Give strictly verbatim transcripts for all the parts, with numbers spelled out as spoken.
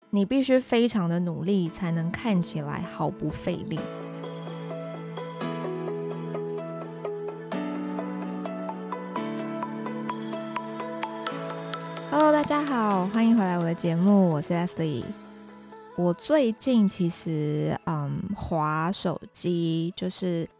你必须非常的努力才能看起来毫不费力。Hello， 大家好，欢迎回来我的节目，我是 Leslie。我最近其实嗯滑手机，就是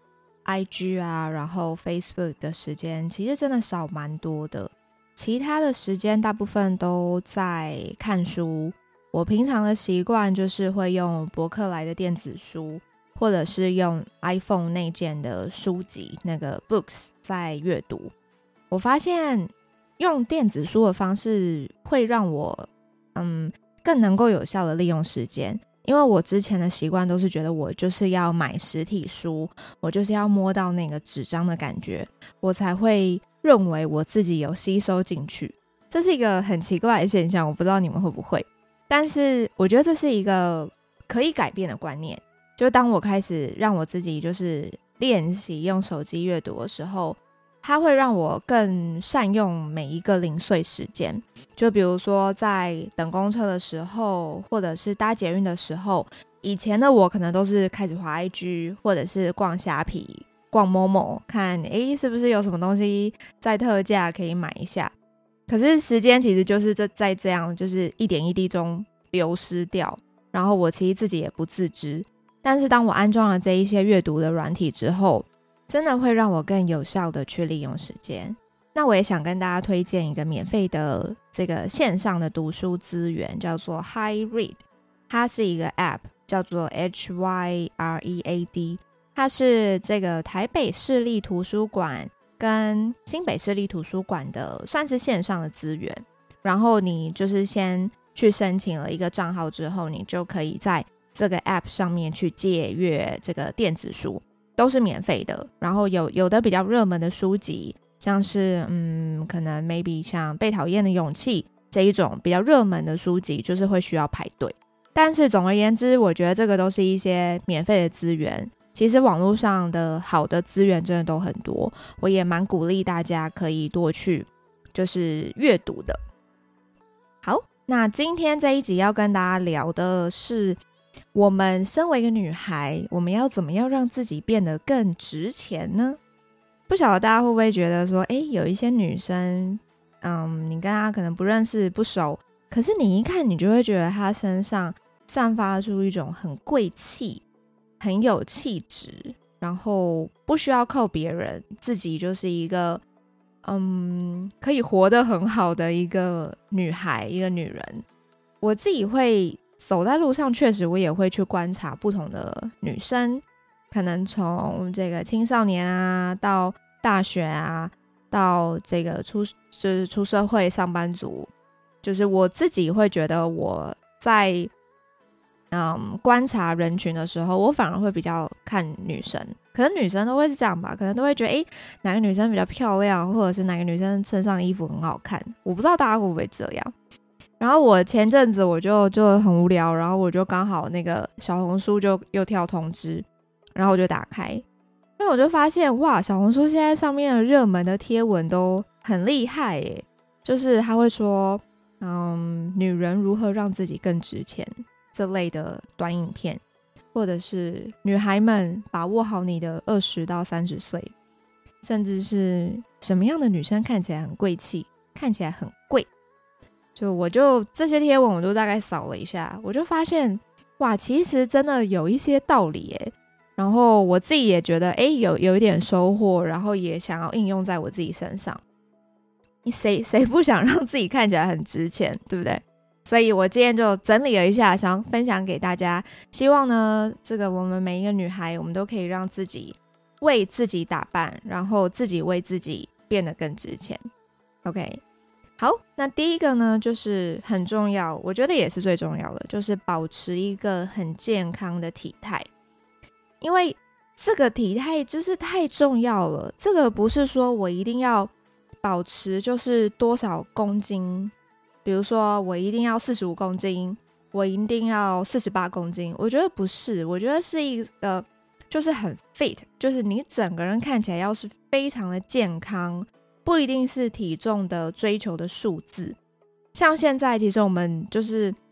I G 啊，然后 Facebook 的时间其实真的少蛮多的。其他的时间大部分都在看书。我平常的习惯就是会用博客来的电子书，或者是用 iPhone 内建的书籍那个 Books 在阅读。我发现用电子书的方式会让我嗯更能够有效的利用时间，因为我之前的习惯都是觉得我就是要买实体书，我就是要摸到那个纸张的感觉，我才会认为我自己有吸收进去。这是一个很奇怪的现象，我不知道你们会不会，但是我觉得这是一个可以改变的观念。就当我开始让我自己就是练习用手机阅读的时候，它会让我更善用每一个零碎时间。就比如说在等公车的时候，或者是搭捷运的时候，以前的我可能都是开始滑 I G， 或者是逛虾皮、逛 Momo， 看诶是不是有什么东西在特价可以买一下。可是时间其实就是在这样就是一点一滴中流失掉，然后我其实自己也不自知。但是当我安装了这一些阅读的软体之后，真的会让我更有效的去利用时间。那我也想跟大家推荐一个免费的这个线上的读书资源，叫做 HyRead。 它是一个 App， 叫做 H Y R E A D。 它是这个台北市立图书馆跟新北市立图书馆的算是线上的资源。然后你就是先去申请了一个账号之后，你就可以在这个 App 上面去借阅这个电子书，都是免费的。然后有有的比较热门的书籍，像是嗯，可能 maybe 像被讨厌的勇气这一种比较热门的书籍，就是会需要排队。但是总而言之，我觉得这个都是一些免费的资源。其实网络上的好的资源真的都很多，我也蛮鼓励大家可以多去就是阅读的。好，那今天这一集要跟大家聊的是，我们身为一个女孩，我们要怎么样让自己变得更值钱呢？不晓得大家会不会觉得说，诶，有一些女生嗯，你跟她可能不认识不熟，可是你一看你就会觉得她身上散发出一种很贵气、很有气质，然后不需要靠别人，自己就是一个嗯，可以活得很好的一个女孩，一个女人。我自己会走在路上，确实我也会去观察不同的女生，可能从这个青少年啊，到大学啊，到这个出就是出社会上班族，就是我自己会觉得我在嗯观察人群的时候，我反而会比较看女生。可能女生都会是这样吧，可能都会觉得诶哪个女生比较漂亮，或者是哪个女生身上的衣服很好看。我不知道大家会不会这样。然后我前阵子我就就很无聊，然后我就刚好那个小红书就又跳通知，然后我就打开，然后我就发现哇，小红书现在上面的热门的贴文都很厉害耶，就是他会说嗯，女人如何让自己更值钱这类的短影片，或者是女孩们把握好你的二十到三十岁，甚至是什么样的女生看起来很贵气，看起来很贵。就我就这些贴文我都大概扫了一下，我就发现哇，其实真的有一些道理耶。然后我自己也觉得诶有有一点收获，然后也想要应用在我自己身上。谁谁不想让自己看起来很值钱，对不对？所以我今天就整理了一下，想分享给大家。希望呢，这个我们每一个女孩，我们都可以让自己为自己打扮，然后自己为自己变得更值钱。OK。好，那第一个呢，就是很重要，我觉得也是最重要的，就是保持一个很健康的体态。因为这个体态就是太重要了，这个不是说我一定要保持就是多少公斤，比如说我一定要四十五公斤，我一定要四十八公斤，我觉得不是，我觉得是一个就是很 fit， 就是你整个人看起来要是非常的健康，不一定是体重的追求的数字。像现在其实我们就是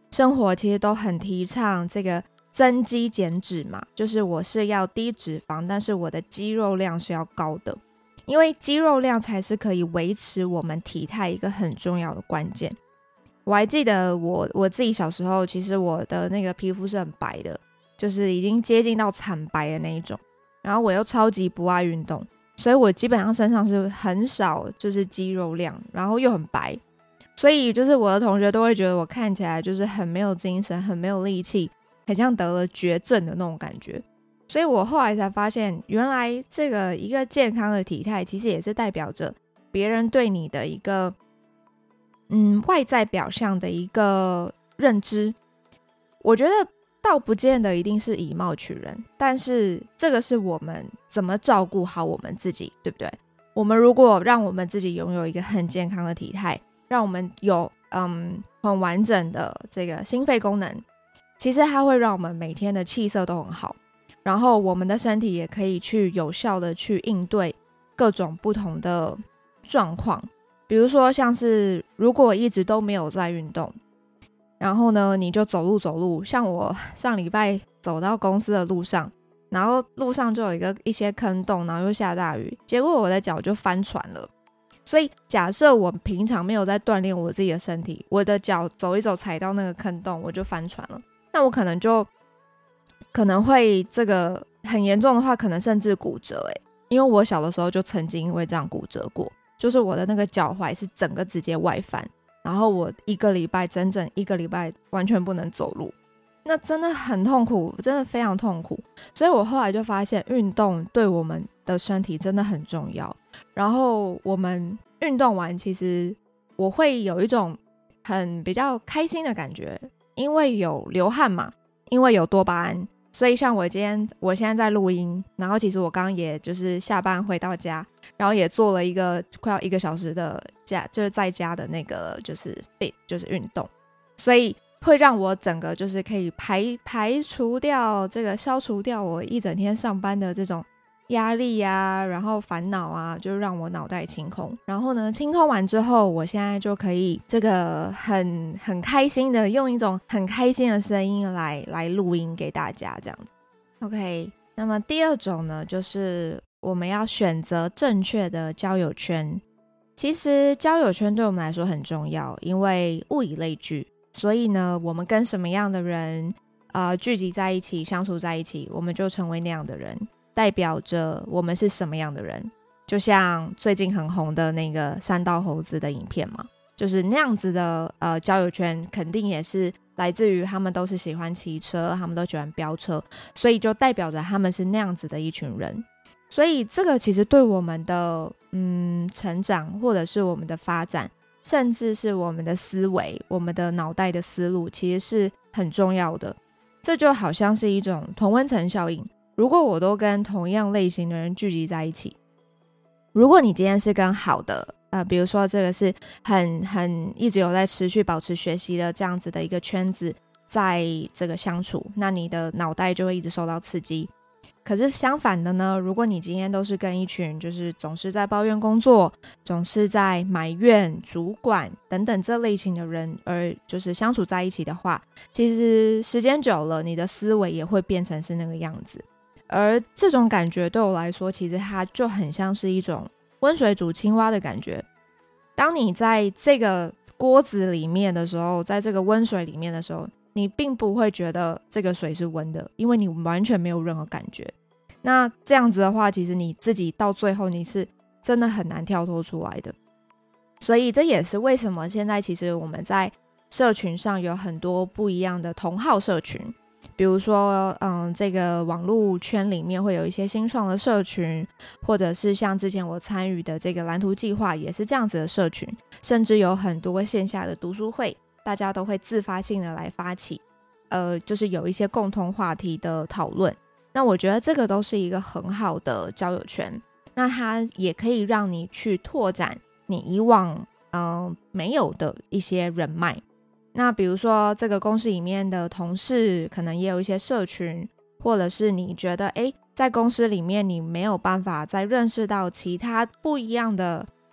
生活其实都很提倡这个增肌减脂嘛，就是我是要低脂肪，但是我的肌肉量是要高的，因为肌肉量才是可以维持我们体态一个很重要的关键。我还记得我我自己小时候，其实我的那个皮肤是很白的，就是已经接近到惨白的那一种，然后我又超级不爱运动，所以我基本上身上是很少就是肌肉量，然后又很白，所以就是我的同学都会觉得我看起来就是很没有精神，很没有力气，很像得了绝症的那种感觉。所以我后来才发现，原来这个一个健康的体态其实也是代表着别人对你的一个嗯外在表象的一个认知。我觉得倒不见得一定是以貌取人，但是这个是我们怎么照顾好我们自己，对不对？我们如果让我们自己拥有一个很健康的体态，让我们有嗯很完整的这个心肺功能，其实它会让我们每天的气色都很好，然后我们的身体也可以去有效的去应对各种不同的状况。比如说像是如果一直都没有在运动，然后呢你就走路走路，像我上礼拜走到公司的路上，然后路上就有一个一些坑洞，然后又下大雨，结果我的脚就翻船了。所以假设我平常没有在锻炼我自己的身体，我的脚走一走踩到那个坑洞我就翻船了，那我可能就可能会这个很严重的话，可能甚至骨折欸。因为我小的时候就曾经因为这样骨折过，就是我的那个脚踝是整个直接外翻，然后我一个礼拜整整一个礼拜完全不能走路，那真的很痛苦，真的非常痛苦。所以我后来就发现运动对我们的身体真的很重要，然后我们运动完其实我会有一种很比较开心的感觉，因为有流汗嘛，因为有多巴胺。所以像我今天我现在在录音，然后其实我刚刚也就是下班回到家，然后也做了一个快要一个小时的家，就是在家的那个就是 fit 就是运动，所以会让我整个就是可以排排除掉这个消除掉我一整天上班的这种压力啊，然后烦恼啊，就让我脑袋清空。然后呢，清空完之后，我现在就可以这个很很开心的用一种很开心的声音来来录音给大家这样子。OK， 那么第二种呢，就是我们要选择正确的交友圈。其实交友圈对我们来说很重要，因为物以类聚，所以呢，我们跟什么样的人呃聚集在一起，相处在一起，我们就成为那样的人。代表着我们是什么样的人，就像最近很红的那个山道猴子的影片嘛，就是那样子的呃交友圈，肯定也是来自于他们都是喜欢骑车，他们都喜欢飙车，所以就代表着他们是那样子的一群人。所以这个其实对我们的嗯成长，或者是我们的发展，甚至是我们的思维，我们的脑袋的思路，其实是很重要的。这就好像是一种同温层效应。如果我都跟同样类型的人聚集在一起，如果你今天是跟好的呃，比如说这个是很很一直有在持续保持学习的这样子的一个圈子在这个相处，那你的脑袋就会一直受到刺激。可是相反的呢，如果你今天都是跟一群就是总是在抱怨工作，总是在埋怨主管等等这类型的人而就是相处在一起的话，其实时间久了，你的思维也会变成是那个样子。而这种感觉对我来说，其实它就很像是一种温水煮青蛙的感觉。当你在这个锅子里面的时候，在这个温水里面的时候，你并不会觉得这个水是温的，因为你完全没有任何感觉。那这样子的话，其实你自己到最后你是真的很难跳脱出来的。所以这也是为什么现在其实我们在社群上有很多不一样的同好社群，比如说嗯，这个网络圈里面会有一些新创的社群，或者是像之前我参与的这个蓝图计划也是这样子的社群，甚至有很多线下的读书会，大家都会自发性的来发起呃，就是有一些共同话题的讨论。那我觉得这个都是一个很好的交友圈，那它也可以让你去拓展你以往嗯、呃、没有的一些人脉。那比如说这个公司里面的同事可能也有一些社群，或者是你觉得诶在公司里面你没有办法再认识到其他不一样的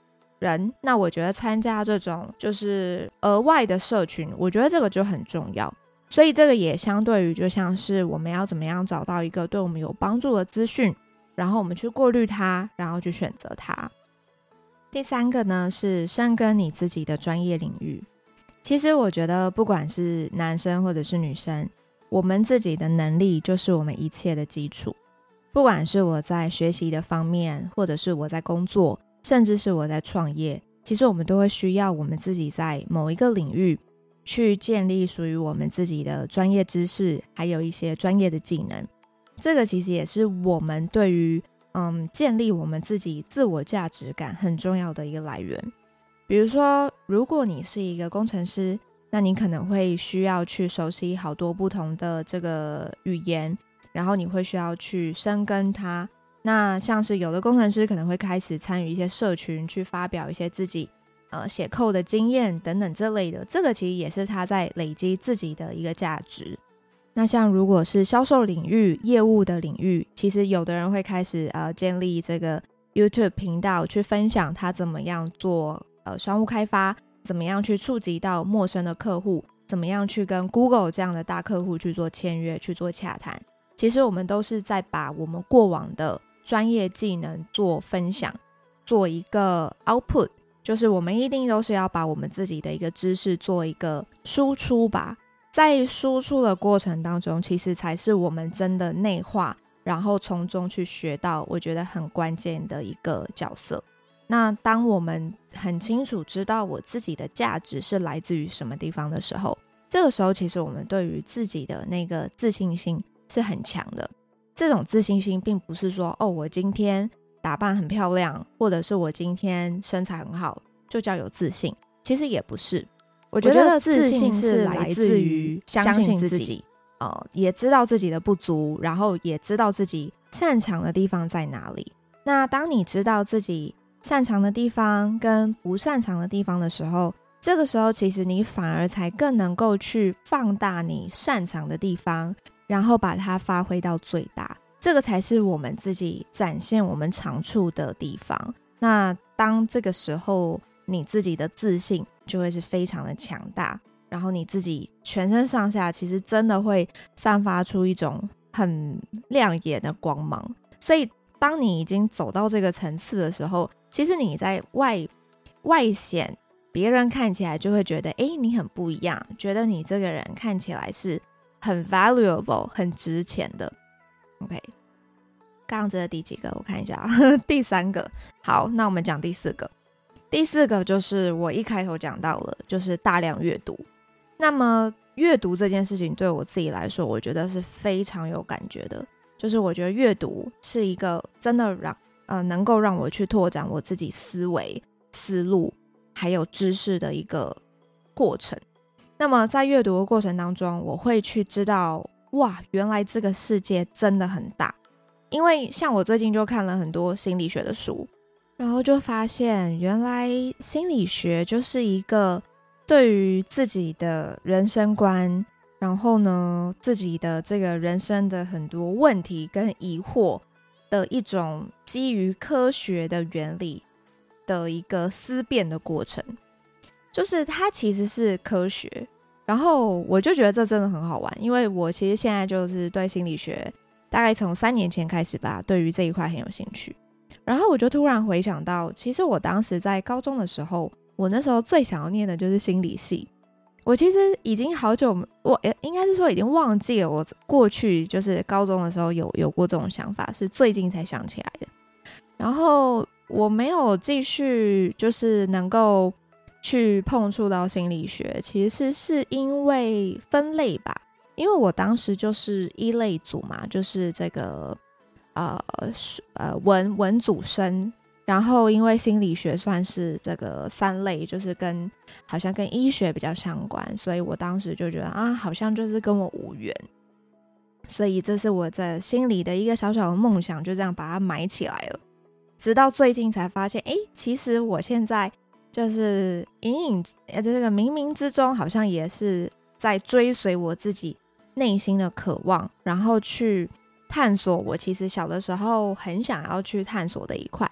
人，那我觉得参加这种就是额外的社群，我觉得这个就很重要。所以这个也相对于就像是我们要怎么样找到一个对我们有帮助的资讯，然后我们去过滤它，然后去选择它。第三个呢是深耕你自己的专业领域。其实我觉得不管是男生或者是女生，我们自己的能力就是我们一切的基础。不管是我在学习的方面，或者是我在工作，甚至是我在创业，其实我们都会需要我们自己在某一个领域去建立属于我们自己的专业知识，还有一些专业的技能。这个其实也是我们对于嗯建立我们自己自我价值感很重要的一个来源。比如说，如果你是一个工程师，那你可能会需要去熟悉好多不同的这个语言，然后你会需要去深耕它。那像是有的工程师可能会开始参与一些社群，去发表一些自己呃写 code 的经验等等这类的，这个其实也是他在累积自己的一个价值。那像如果是销售领域、业务的领域，其实有的人会开始呃建立这个 YouTube 频道，去分享他怎么样做呃商务开发，怎么样去触及到陌生的客户，怎么样去跟 Google 这样的大客户去做签约、去做洽谈。其实我们都是在把我们过往的专业技能做分享，做一个 output， 就是我们一定都是要把我们自己的一个知识做一个输出吧。在输出的过程当中，其实才是我们真的内化，然后从中去学到我觉得很关键的一个角色。那当我们很清楚知道我自己的价值是来自于什么地方的时候，这个时候其实我们对于自己的那个自信心是很强的。这种自信心并不是说哦，我今天打扮很漂亮，或者是我今天身材很好就叫有自信，其实也不是。我觉得自信是来自于相信自己，呃，也知道自己的不足，然后也知道自己擅长的地方在哪里。那当你知道自己擅长的地方跟不擅长的地方的时候，这个时候其实你反而才更能够去放大你擅长的地方，然后把它发挥到最大，这个才是我们自己展现我们长处的地方。那当这个时候你自己的自信就会是非常的强大，然后你自己全身上下其实真的会散发出一种很亮眼的光芒。所以当你已经走到这个层次的时候，其实你在外外显，别人看起来就会觉得诶你很不一样，觉得你这个人看起来是很 valuable 很值钱的。 OK， 刚刚这是第几个？我看一下第三个。好，那我们讲第四个。第四个就是我一开头讲到了，就是大量阅读。那么阅读这件事情对我自己来说，我觉得是非常有感觉的。就是我觉得阅读是一个真的让呃能够让我去拓展我自己思维、思路还有知识的一个过程。那么在阅读的过程当中，我会去知道，哇，原来这个世界真的很大。因为像我最近就看了很多心理学的书，然后就发现原来心理学就是一个对于自己的人生观，然后呢自己的这个人生的很多问题跟疑惑的一种基于科学的原理的一个思辨的过程。就是它其实是科学，然后我就觉得这真的很好玩。因为我其实现在就是对心理学大概从三年前开始吧，对于这一块很有兴趣。然后我就突然回想到，其实我当时在高中的时候，我那时候最想要念的就是心理系。我其实已经好久，我应该是说已经忘记了我过去就是高中的时候有有过这种想法，是最近才想起来的。然后我没有继续就是能够去碰触到心理学，其实是因为分类吧。因为我当时就是一类组嘛，就是这个呃呃文文组生，然后因为心理学算是这个三类，就是跟好像跟医学比较相关，所以我当时就觉得啊，好像就是跟我无缘。所以这是我在心里的一个小小的梦想，就这样把它埋起来了。直到最近才发现，诶，其实我现在就是隐隐这个冥冥之中，好像也是在追随我自己内心的渴望，然后去探索我其实小的时候很想要去探索的一块。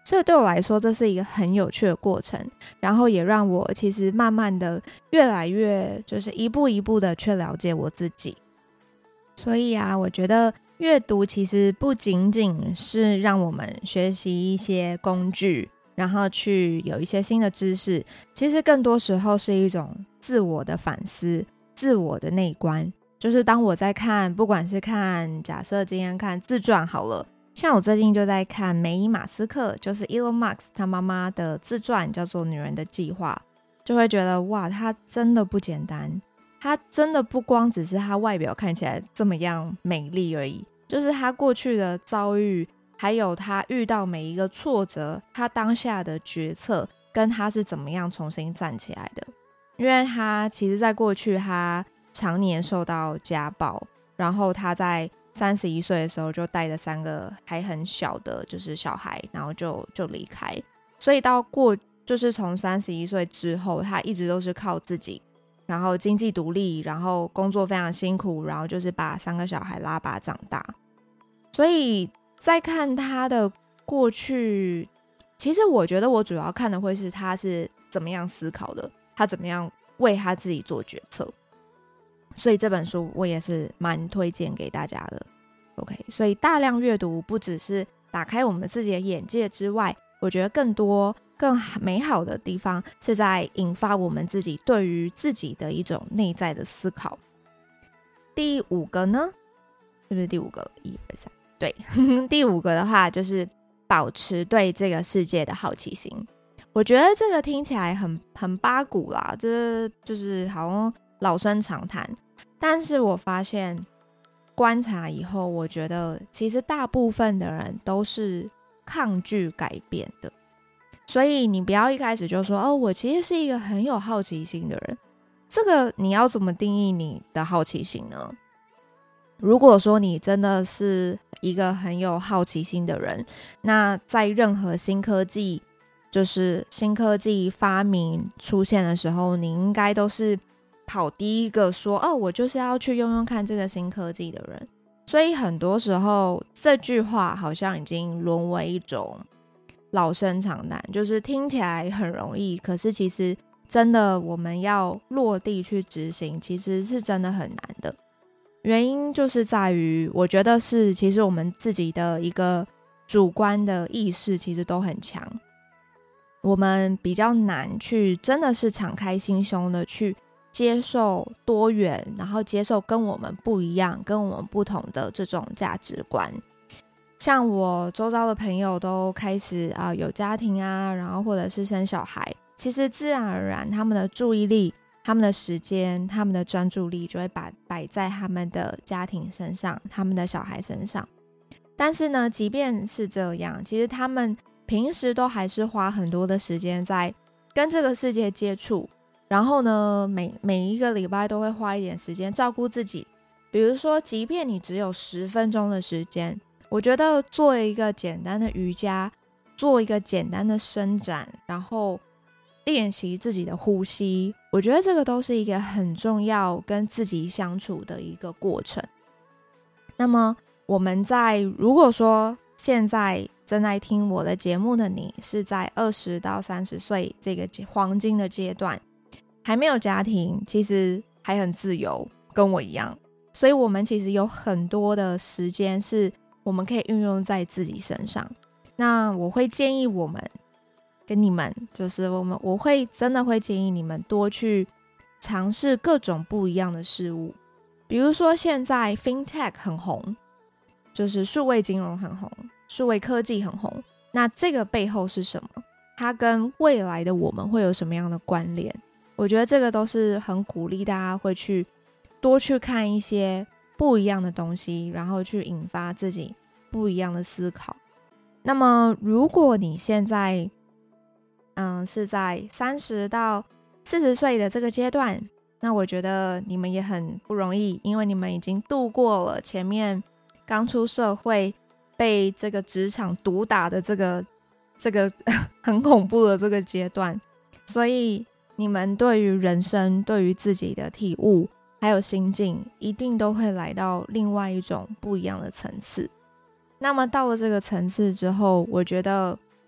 所以对我来说这是一个很有趣的过程，然后也让我其实慢慢的越来越就是一步一步的去了解我自己。所以啊，我觉得阅读其实不仅仅是让我们学习一些工具，然后去有一些新的知识，其实更多时候是一种自我的反思，自我的内观。就是当我在看，不管是看，假设今天看自传好了，像我最近就在看梅伊马斯克，就是 Elon Musk 他妈妈的自传，叫做《女人的计划》，就会觉得哇，他真的不简单，他真的不光只是他外表看起来这么样美丽而已，就是他过去的遭遇，还有他遇到每一个挫折，他当下的决策，跟他是怎么样重新站起来的。因为他其实在过去他常年受到家暴，然后他在三十一岁的时候就带着三个还很小的就是小孩，然后就就离开，所以到过就是从三十一岁之后，他一直都是靠自己，然后经济独立，然后工作非常辛苦，然后就是把三个小孩拉拔长大。所以在看他的过去，其实我觉得我主要看的会是他是怎么样思考的，他怎么样为他自己做决策。所以这本书我也是蛮推荐给大家的。 OK， 所以大量阅读不只是打开我们自己的眼界之外，我觉得更多更美好的地方是在引发我们自己对于自己的一种内在的思考。第五个呢，是不是第五个？一二三，对第五个的话就是保持对这个世界的好奇心。我觉得这个听起来很很八股啦，这就是好像老生常谈，但是我发现观察以后，我觉得其实大部分的人都是抗拒改变的。所以你不要一开始就说哦，我其实是一个很有好奇心的人。这个你要怎么定义你的好奇心呢？如果说你真的是一个很有好奇心的人，那在任何新科技就是新科技发明出现的时候，你应该都是跑第一个说哦，我就是要去用用看这个新科技的人。所以很多时候这句话好像已经沦为一种老生常谈，就是听起来很容易，可是其实真的我们要落地去执行，其实是真的很难的。原因就是在于我觉得是其实我们自己的一个主观的意识其实都很强，我们比较难去真的是敞开心胸的去接受多元，然后接受跟我们不一样跟我们不同的这种价值观。像我周遭的朋友都开始、呃、有家庭啊，然后或者是生小孩，其实自然而然他们的注意力，他们的时间，他们的专注力就会把摆在他们的家庭身上，他们的小孩身上。但是呢，即便是这样，其实他们平时都还是花很多的时间在跟这个世界接触，然后呢 每, 每一个礼拜都会花一点时间照顾自己。比如说即便你只有十分钟的时间，我觉得做一个简单的瑜伽，做一个简单的伸展，然后练习自己的呼吸，我觉得这个都是一个很重要跟自己相处的一个过程。那么我们在如果说现在正在听我的节目的你是在二十到三十岁这个黄金的阶段，还没有家庭，其实还很自由，跟我一样，所以我们其实有很多的时间是我们可以运用在自己身上。那我会建议我们跟你们就是我们我会真的会建议你们多去尝试各种不一样的事物。比如说现在 FinTech 很红，就是数位金融很红，数位科技很红，那这个背后是什么？它跟未来的我们会有什么样的关联？我觉得这个都是很鼓励大家会去多去看一些不一样的东西，然后去引发自己不一样的思考。那么如果你现在嗯是在三十到四十岁的这个阶段，那我觉得你们也很不容易，因为你们已经度过了前面刚出社会被这个职场毒打的这个这个很恐怖的这个阶段，所以你们对于人生，对于自己的体悟还有心境，一定都会来到另外一种不一样的层次。那么到了这个层次之后，我觉得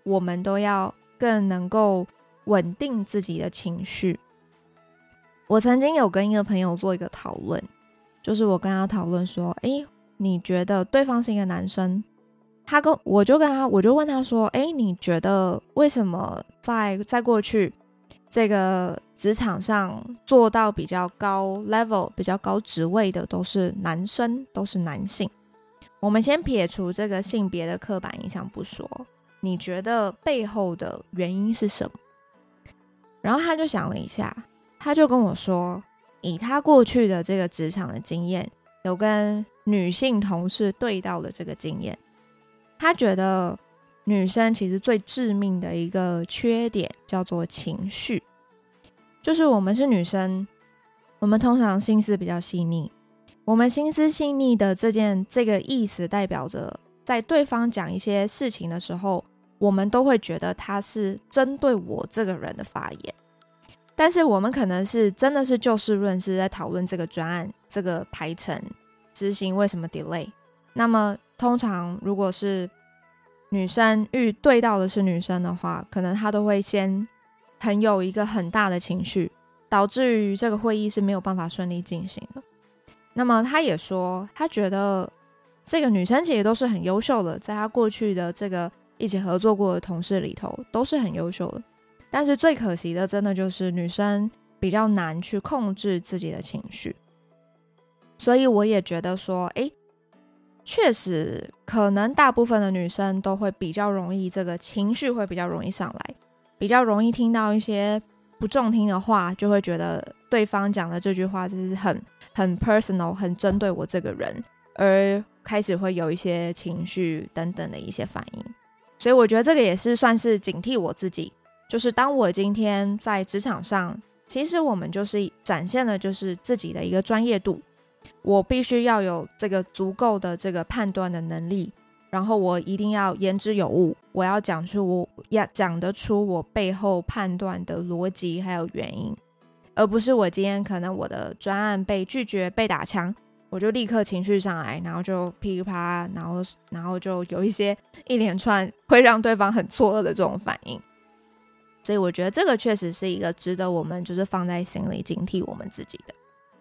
我们都要更能够稳定自己的情绪。我曾经有跟一个朋友做一个讨论，就是我跟他讨论说，诶，你觉得对方是一个男生，他跟我就跟他我就问他说，诶，你觉得为什么在在过去这个职场上做到比较高 level 比较高职位的都是男生，都是男性？我们先撇除这个性别的刻板印象不说，你觉得背后的原因是什么？然后他就想了一下，他就跟我说，以他过去的这个职场的经验，有跟女性同事对到的这个经验，他觉得女生其实最致命的一个缺点叫做情绪，就是我们是女生，我们通常心思比较细腻，我们心思细腻的这件这个意思代表着在对方讲一些事情的时候，我们都会觉得他是针对我这个人的发言，但是我们可能是真的是就事论事，在讨论这个专案这个排程执行为什么 delay。 那么通常如果是女生遇对到的是女生的话，可能她都会先很有一个很大的情绪，导致于这个会议是没有办法顺利进行的。那么她也说，她觉得这个女生其实都是很优秀的，在她过去的这个一起合作过的同事里头都是很优秀的，但是最可惜的真的就是女生比较难去控制自己的情绪。所以我也觉得说，诶，确实可能大部分的女生都会比较容易这个情绪会比较容易上来，比较容易听到一些不中听的话，就会觉得对方讲的这句话就是很很 personal， 很针对我这个人，而开始会有一些情绪等等的一些反应。所以我觉得这个也是算是警惕我自己，就是当我今天在职场上，其实我们就是展现的就是自己的一个专业度，我必须要有这个足够的这个判断的能力，然后我一定要言之有物，我要讲出我要讲得出我背后判断的逻辑还有原因，而不是我今天可能我的专案被拒绝被打枪，我就立刻情绪上来，然后就噼里啪啦，然后然后就有一些一连串会让对方很错愕的这种反应。所以我觉得这个确实是一个值得我们就是放在心里警惕我们自己的。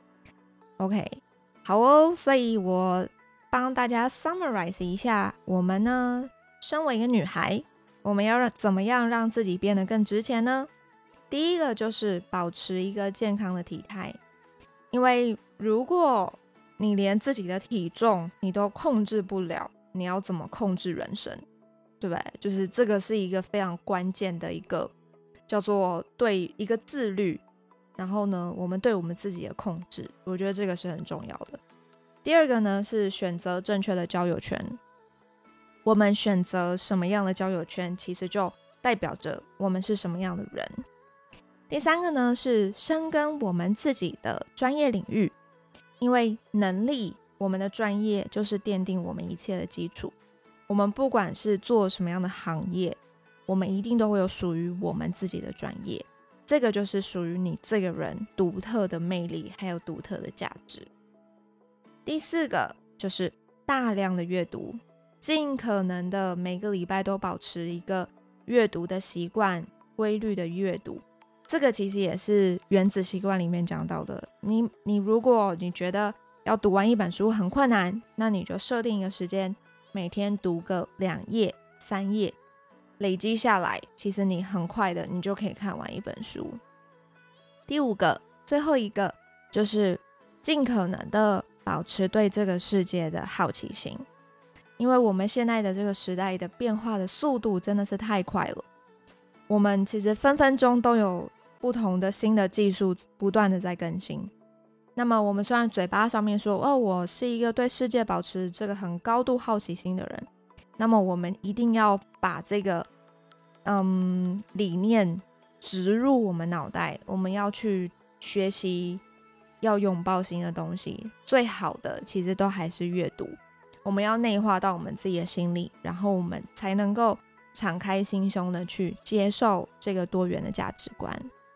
OK， 好哦，所以我帮大家 summarize 一下，我们呢身为一个女孩，我们要让怎么样让自己变得更值钱呢？第一个就是保持一个健康的体态，因为如果你连自己的体重你都控制不了，你要怎么控制人生，对不对？就是这个是一个非常关键的一个叫做对一个自律，然后呢我们对我们自己的控制，我觉得这个是很重要的。第二个呢是选择正确的交友圈，我们选择什么样的交友圈其实就代表着我们是什么样的人。第三个呢是深耕我们自己的专业领域，因为能力，我们的专业就是奠定我们一切的基础。我们不管是做什么样的行业，我们一定都会有属于我们自己的专业，这个就是属于你这个人独特的魅力还有独特的价值。第四个就是大量的阅读，尽可能的每个礼拜都保持一个阅读的习惯，规律的阅读。这个其实也是原子习惯里面讲到的，你你如果你觉得要读完一本书很困难，那你就设定一个时间，每天读个两页三页，累积下来，其实你很快的你就可以看完一本书。第五个，最后一个就是尽可能的保持对这个世界的好奇心，因为我们现在的这个时代的变化的速度真的是太快了，我们其实分分钟都有不同的新的技术不断的在更新。那么我们虽然嘴巴上面说哦，我是一个对世界保持这个很高度好奇心的人，那么我们一定要把这个嗯理念植入我们脑袋，我们要去学习，要拥抱新的东西，最好的其实都还是阅读，我们要内化到我们自己的心里，然后我们才能够敞开心胸的去接受这个多元的价值观。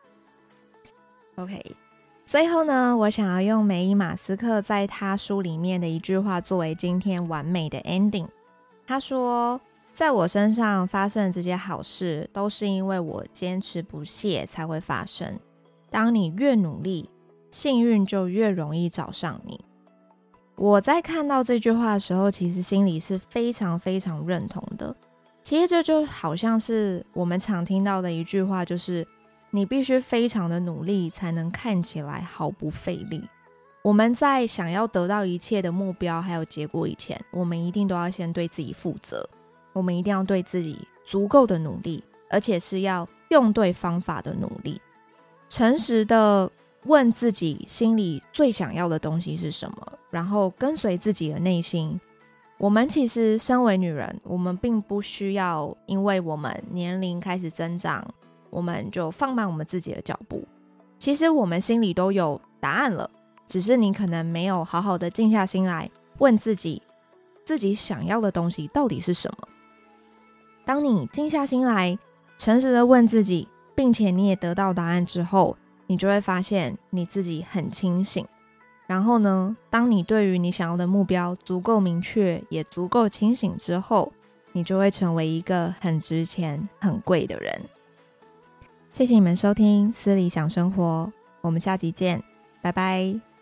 OK， 最后呢，我想要用梅伊马斯克在他书里面的一句话作为今天完美的 ending。他说， 在我身上发生的这些好事，都是因为我坚持不懈才会发生。当你越努力，幸运就越容易找上你。我在看到这句话的时候，其实心里是非常非常认同的。其实这就好像是我们常听到的一句话，就是你必须非常的努力，才能看起来毫不费力。我们在想要得到一切的目标还有结果以前，我们一定都要先对自己负责。我们一定要对自己足够的努力，而且是要用对方法的努力。诚实的问自己心里最想要的东西是什么，然后跟随自己的内心。我们其实身为女人，我们并不需要因为我们年龄开始增长，我们就放慢我们自己的脚步。其实我们心里都有答案了，只是你可能没有好好的静下心来问自己，自己想要的东西到底是什么。当你静下心来，诚实的问自己，并且你也得到答案之后，你就会发现你自己很清醒。然后呢，当你对于你想要的目标足够明确，也足够清醒之后，你就会成为一个很值钱、很贵的人。谢谢你们收听私理想生活，我们下集见，拜拜。